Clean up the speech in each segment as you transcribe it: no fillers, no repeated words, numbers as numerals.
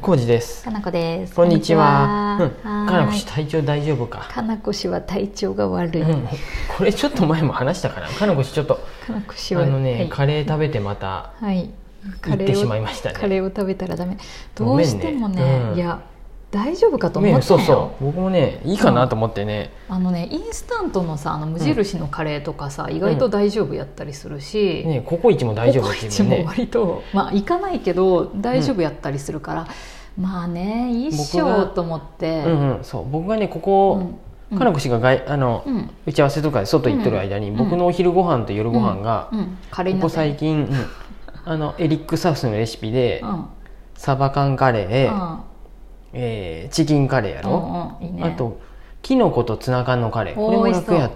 浩二です。 かなこです。 こんにちは。 かなこ氏体調大丈夫か。 かなこ氏は体調が悪い。 これちょっと前も話したかな。かなこ氏ちょっとかなこ氏はカレー食べてまた行ってしまいましたね。 カレーを食べたらダメ。どうしてもね、いや大丈夫かと思ってたよ。 そう僕もねいいかなと思ってね。 インスタントのさ無印のカレーとかさ、意外と大丈夫やったりするし、 ココイチも大丈夫っていうね。ココイチも割と行かないけど大丈夫やったりするから。まあねいいっしょと思って、 そう僕がねここ、かなこ氏が打ち合わせとかで外行ってる間に、僕のお昼ご飯と夜ご飯が、ここ最近、エリック・サウスのレシピで、サバ缶カレー、チキンカレーやろ、あときのことツナ缶のカレー、これも楽やった。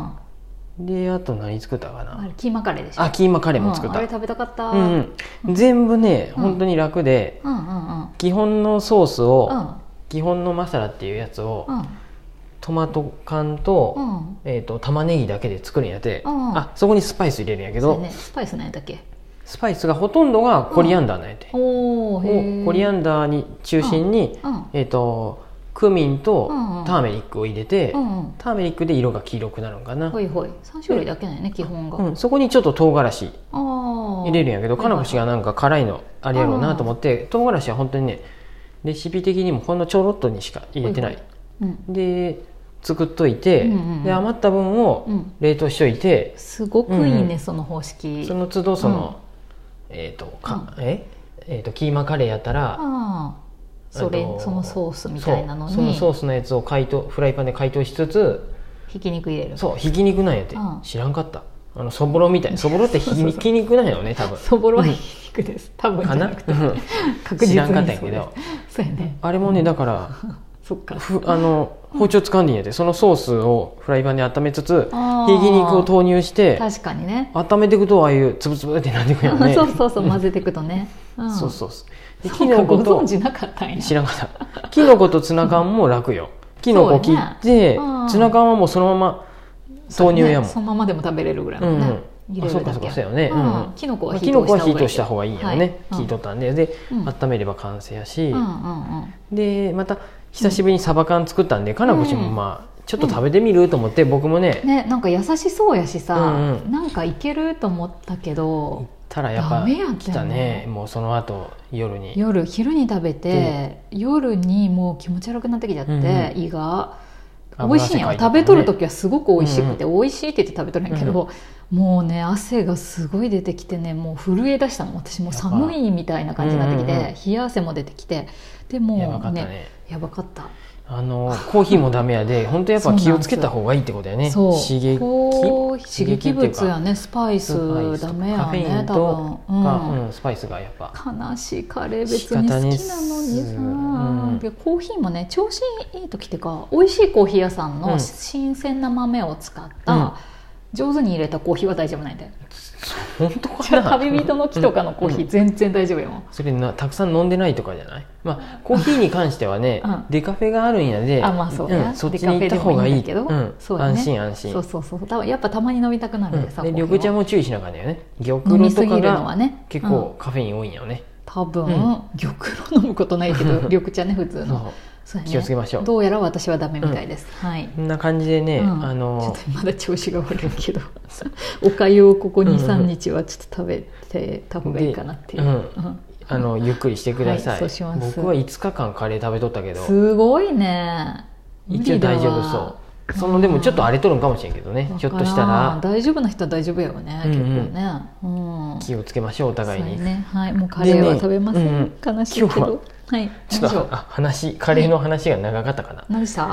であと何作ったかな。 キーマカレーでしょ。 キーマカレーも作った。 あれ食べたかった。 全部ね本当に楽で、基本のソースを、基本のマサラっていうやつを、トマト缶と、玉ねぎだけで作るんやて、そこにスパイス入れるんやけど、 スパイスなんやったっけ。 スパイスがほとんどがコリアンダーなんやて。コリアンダーに中心にクミンとターメリックを入れて、ターメリックで色が黄色くなるのかな。 3種類だけなんやね基本が。 そこにちょっと唐辛子入れるんやけど、かなこ氏がなんか辛いのあれやろうなと思って、唐辛子は本当にねレシピ的にもほんのちょろっとにしか入れてない。で作っといて、で余った分を冷凍しといて、 すごくいいねその方式。 その都度そのキーマカレーやったらそのソースみたいなのにそのソースのやつをフライパンで解凍しつつ、 ひき肉入れる。 そうひき肉なんやって、知らんかった。そぼろみたい、そぼろってひき肉なんやよね多分。 そぼろはひき肉です多分。じゃなくて確実に知らんかったんやけど、 そうやね。 あれもねだからそっか包丁掴んでいいんやで、そのソースをフライパンで温めつつひき肉を投入して、 確かにね温めていくとああいうつぶつぶってなっていくよね。 そう混ぜていくとね。 そうキノコとご存知なかったんや。 知らなかった。キノコとツナ缶も楽よ。キノコ切ってツナ缶はもうそのまま投入やもん。 そのままでも食べれるぐらいのね。 そうかそうよね。 キノコは火通した方がいいんやろね。火取ったんで温めれば完成やし、でまた久しぶりにサバ缶作ったんで、かなこ氏もちょっと食べてみると思って、僕もねなんか優しそうやしさ、なんかいけると思ったけど、 たらやっぱ来たね。もうその後昼に食べて、夜にもう気持ち悪くなってきちゃって、胃が美味しいんや。食べとる時はすごく美味しくて、美味しいって言って食べとるんやけど、もうね汗がすごい出てきてね、もう震え出したの。私も寒いみたいな感じになってきて、冷や汗も出てきて、でもねやばかった。 コーヒーもダメやで、本当やっぱ気をつけた方がいいってことやね。刺激物やね、スパイスダメやね多分。 スパイスがやっぱ悲しい。カレー別に好きなのにさ、コーヒーもね調子いい時ってか、美味しいコーヒー屋さんの新鮮な豆を使った上手に入れたコーヒーは大丈夫なんだよ。 本当かな。 旅人の木とかのコーヒー全然大丈夫よ。 それたくさん飲んでないとかじゃない。コーヒーに関してはねデカフェがあるんやで、そっちに行った方がいいけど、安心。 そう多分やっぱたまに飲みたくなるんでさ。 緑茶も注意しながらよね。玉露とかが結構カフェイン多いんやよね多分。玉露飲むことないけど緑茶ね普通の。 気をつけましょう。 どうやら私はダメみたいです。 こんな感じでね、ちょっとまだ調子が悪いけどおかゆをここ 2,3 日はちょっと食べてた方がいいかなっていう。 ゆっくりしてください。 そうします。 僕は5日間カレー食べとったけど、 すごいね。 一応大丈夫そう。でもちょっと荒れとるんかもしれんけどね。ひょっとしたら大丈夫な人は大丈夫やよね。結構ね。 気をつけましょうお互いに。 もうカレーは食べません。悲しいけど。 ちょっとカレーの話が長かったかな。 何した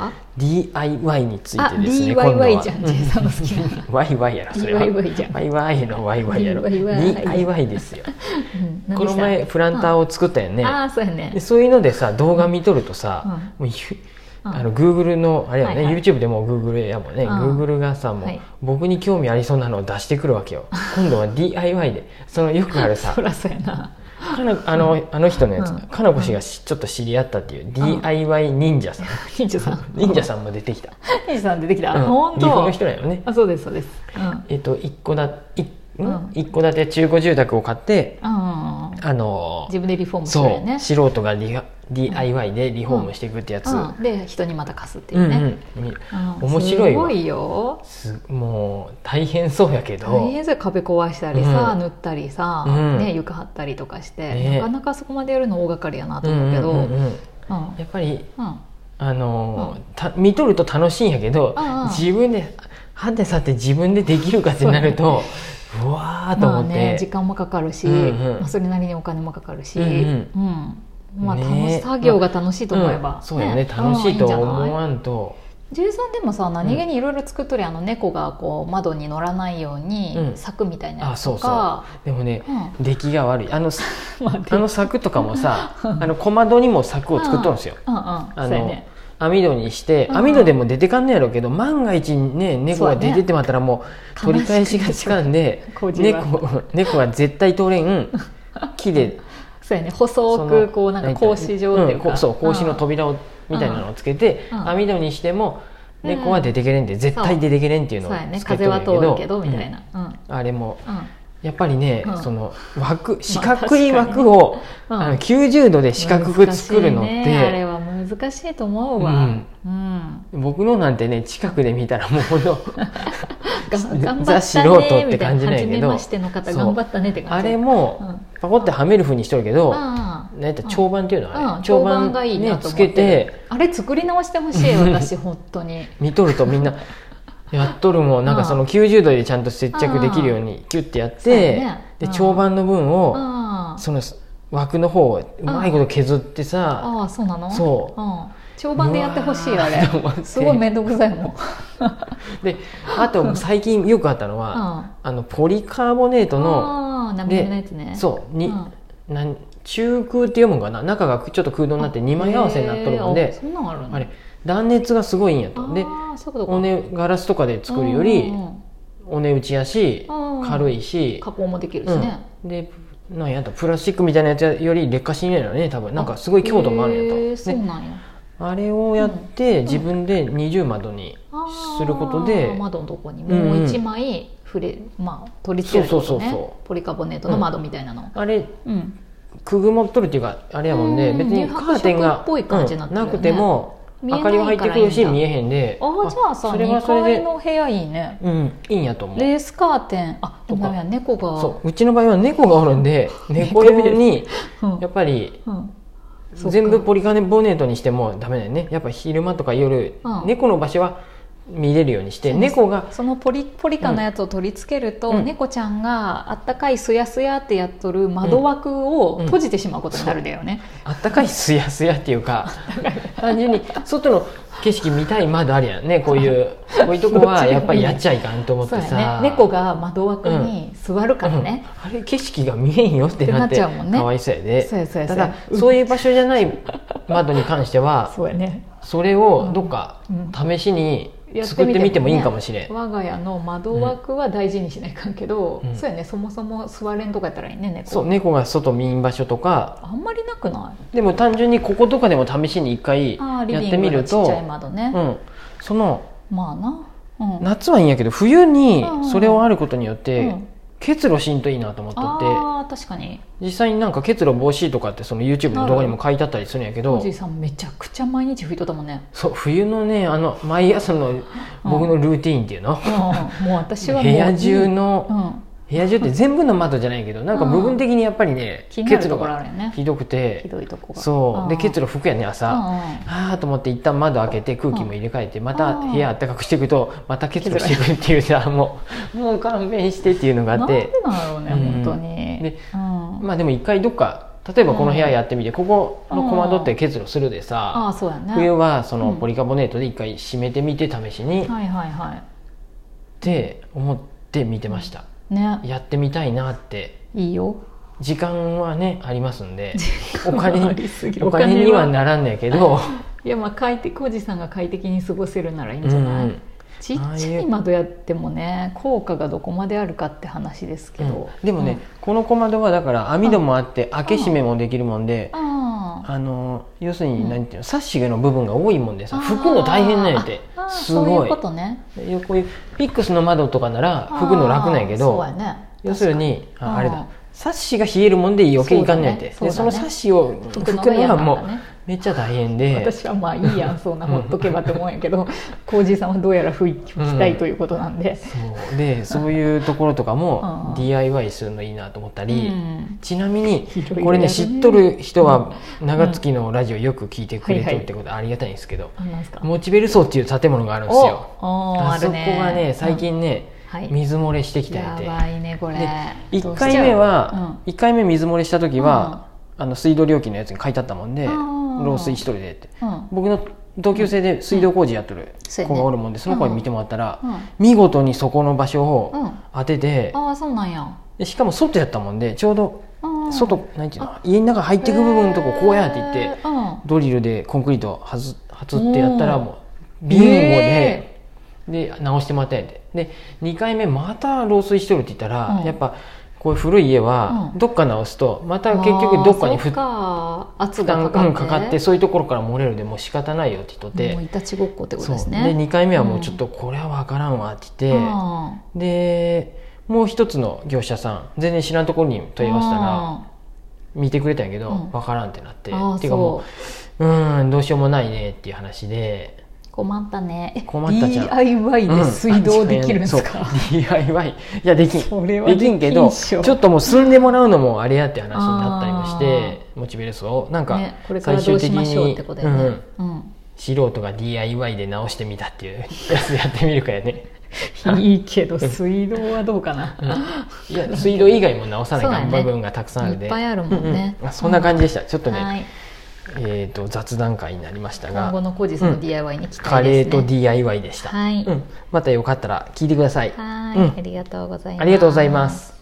DIY についてですね。 DIY じゃん。J さんの好きな YY やろそれは。YY の YY やろ。DIY ですよ。この前プランターを作ったよね。 そうやね。 そういうのでさ動画見とるとさ、Google のあれやね、YouTube でも Google やもんね。Google がさもう僕に興味ありそうなのを出してくるわけよ。今度は DIY でそのよくあるさ。 そらそうやな。 あの人のやつ、かなこ氏がちょっと知り合ったっていう DIY 忍者さん。忍者さんも出てきた。 忍者さん出てきた。本当。 岐阜の人だよね。 そうですそうです。 一戸建て中古住宅を買って自分でリフォームするよね。 そう素人がDIY でリフォームしていくってやつ、 で人にまた貸すっていうね、 面白いわ。 すごいよ。 もう大変そうやけど、 大変そう。壁壊したりさ、塗ったりさ、床張ったりとかして、なかなかそこまでやるの大掛かりやなと思うけど、 やっぱり見とると楽しいんやけど、自分ではてさて自分でできるかってなるとうわーと思って、 時間もかかるし、それなりにお金もかかるし、作業が楽しいと思えば、 そうよね、楽しいと思わんと。 ジェイソンでもさ、何気にいろいろ作っとる猫がこう窓に乗らないように柵みたいなやつとか。 でもね、出来が悪い。柵とかもさ、小窓にも柵を作っとるんですよ。網戸にして、網戸でも出てかんねやろうけど、万が一ね猫が出てってまったらもう取り返しがつかんで、猫は絶対通れん木で、 そうやね、細くこうなんか格子状っていうか、 そう格子の扉をみたいなのをつけて、網戸にしても猫は出てけれんって、絶対出てけれんっていうのをつけとるんやけど、 みたいな、 あれもやっぱりね、その四角い枠を90度で四角く作るのって、 あれは難しいと思うわ。 僕のなんてね、近くで見たらもうほんとザ素人って感じなんやけど、あれもパコってはめるふうにしとるけど、長板っていうのは長板がいいなと思って、あれ作り直してほしい。私本当に見とるとみんなやっとるもん、なんかその90度でちゃんと接着できるようにキュッてやって、で長板の分をその枠の方をうまいこと削ってさ。 そうなの？ そう、 長板でやってほしい。あれすごい面倒くさいもん。 であと最近よくあったのは、ポリカーボネートの波のやつね。 そうに中空って読むんかな、中がちょっと空洞になって2枚合わせになっとるので、あれ断熱がすごいんやと。でガラスとかで作るよりお値打ちやし、軽いし、 加工もできるしね。 でなんやとプラスチックみたいなやつより劣化しねえのね、多分なんかすごい強度もあるんやと。 そうなんや。 あれをやって自分で二重窓にすることで、 窓のとこにもう1枚取り付けるってことね。ポリカーボネートの窓みたいなの。 あれくぐもっとるっていうかあれやもんで、別にカーテンがなくても明かりは入ってくるし見えへんで、 じゃあさ、2階の部屋いいね。 いいんやと思う。 レースカーテン、でも猫が、 そううちの場合は猫がおるんで、猫用にやっぱり全部ポリカーボネートにしてもダメだよね。やっぱ昼間とか夜、猫の場所は見れるようにして、猫がそのポリカのやつを取り付けると、猫ちゃんがあったかいすやすやってやっとる窓枠を閉じてしまうことになるんだよね。 あったかいすやすやっていうか、単純に外の景色見たい窓あるやんね。こういうとこはやっぱりやっちゃいかんと思ってさ、 猫が窓枠に座るからね、 あれ景色が見えんよってなってかわいそうやで。ただそういう場所じゃない窓に関してはそれをどっか試しに作ってみてもいいかもしれん。 我が家の窓枠は大事にしないかんけど、そうやね、そもそも座れんとかやったらいいね、猫。 そう、猫が外見ん場所とかあんまりなくない？ でも単純にこことかでも試しに一回やってみると、 ちっちゃい窓ね、 その夏はいいんやけど、冬にそれをあることによって結露しんといいなと思っとって。 確かに実際になんか結露防止とかってその YouTube の動画にも書いてあったりするんやけど、 おじいさんめちゃくちゃ毎日拭いとったもんね。 そう、冬のね、毎朝の僕のルーティーンっていうの、 もう私は部屋中の、部屋中って全部の窓じゃないけど、なんか部分的にやっぱりね、結露がひどくて、そうで結露吹くやね、朝と思って一旦窓開けて空気も入れ替えて、また部屋あったかくしていくとまた結露してくるっていうさ、もう勘弁してっていうのがあって、 なんでだろうね、本当に。 ででも一回どっか、例えばこの部屋やってみて、ここの小窓って結露するでさ、冬はそのポリカーボネートで一回閉めてみて試しにって思って見てました。やってみたいなって。 いいよ、 時間はねありますんで、お金にはならんねんけど、 いや、浩二さんが快適に過ごせるならいいんじゃない？ちっちゃい窓やってもね、効果がどこまであるかって話ですけど、 でもね、この小窓はだから網戸もあって開け閉めもできるもんで、要するに何ていうの、サッシの部分が多いもんでさ、拭くの大変なんやって。すごい。 そういうことね。 こういうピックスの窓とかなら拭くの楽なんやけど、要するにあれだ、 サッシが冷えるもんで余計いかんねんて、でそのサッシを拭くのはもうめっちゃ大変で、 私はまあいいやんそんなほっとけばって思うんやけどコージーさんはどうやら拭きたいということなんで、 そういうところとかも DIY するのいいなと思ったり、ちなみにこれね知っとる人は長月のラジオよく聞いてくれとるってことはありがたいんですけど、モチベル層っていう建物があるんですよ。あそこがね最近ね水漏れしてきたんで、 やばいねこれ。 で1回目水漏れした時は水道料金のやつに書いてあったもんで漏水一人でって、僕の同級生で水道工事やっとる子がおるもんで、その子に見てもらったら見事にそこの場所を当てて、 そうなんや。 しかも外やったもんでちょうど外なんていうの家の中入っていく部分のとここうやって言ってドリルでコンクリート外ってやったらもうビンゴで直してもらったんやで。で2回目また漏水しとるって言ったら、やっぱこういう古い家はどっか直すとまた結局どっかに圧がかかってそういうところから漏れるでもう仕方ないよって言っとって、 もういたちごっこってことですね。 で2回目はもうちょっとこれは分からんわって言って、でもう一つの業者さん全然知らんところに問い合わせたら見てくれたんやけど分からんってなって、っていうかもうどうしようもないねっていう話で。 困ったね。 困ったじゃん。 DIY で水道できるんですか？ DIY いやできんけどちょっともう住んでもらうのもあれやって話になったりもして、モチベル層なんか最終的に素人が DIY で直してみたっていうやつやってみるかやね。 いいけど水道はどうかな。 いや水道以外も直さないかん部分がたくさんあるで、 いっぱいあるもんね。 そんな感じでした。ちょっとね雑談会になりましたが、 今後のコージさんの DIY に期待ですね。 カレーと DIY でした。 はい、 またよかったら聞いてください。 はい、ありがとうございます。 ありがとうございます。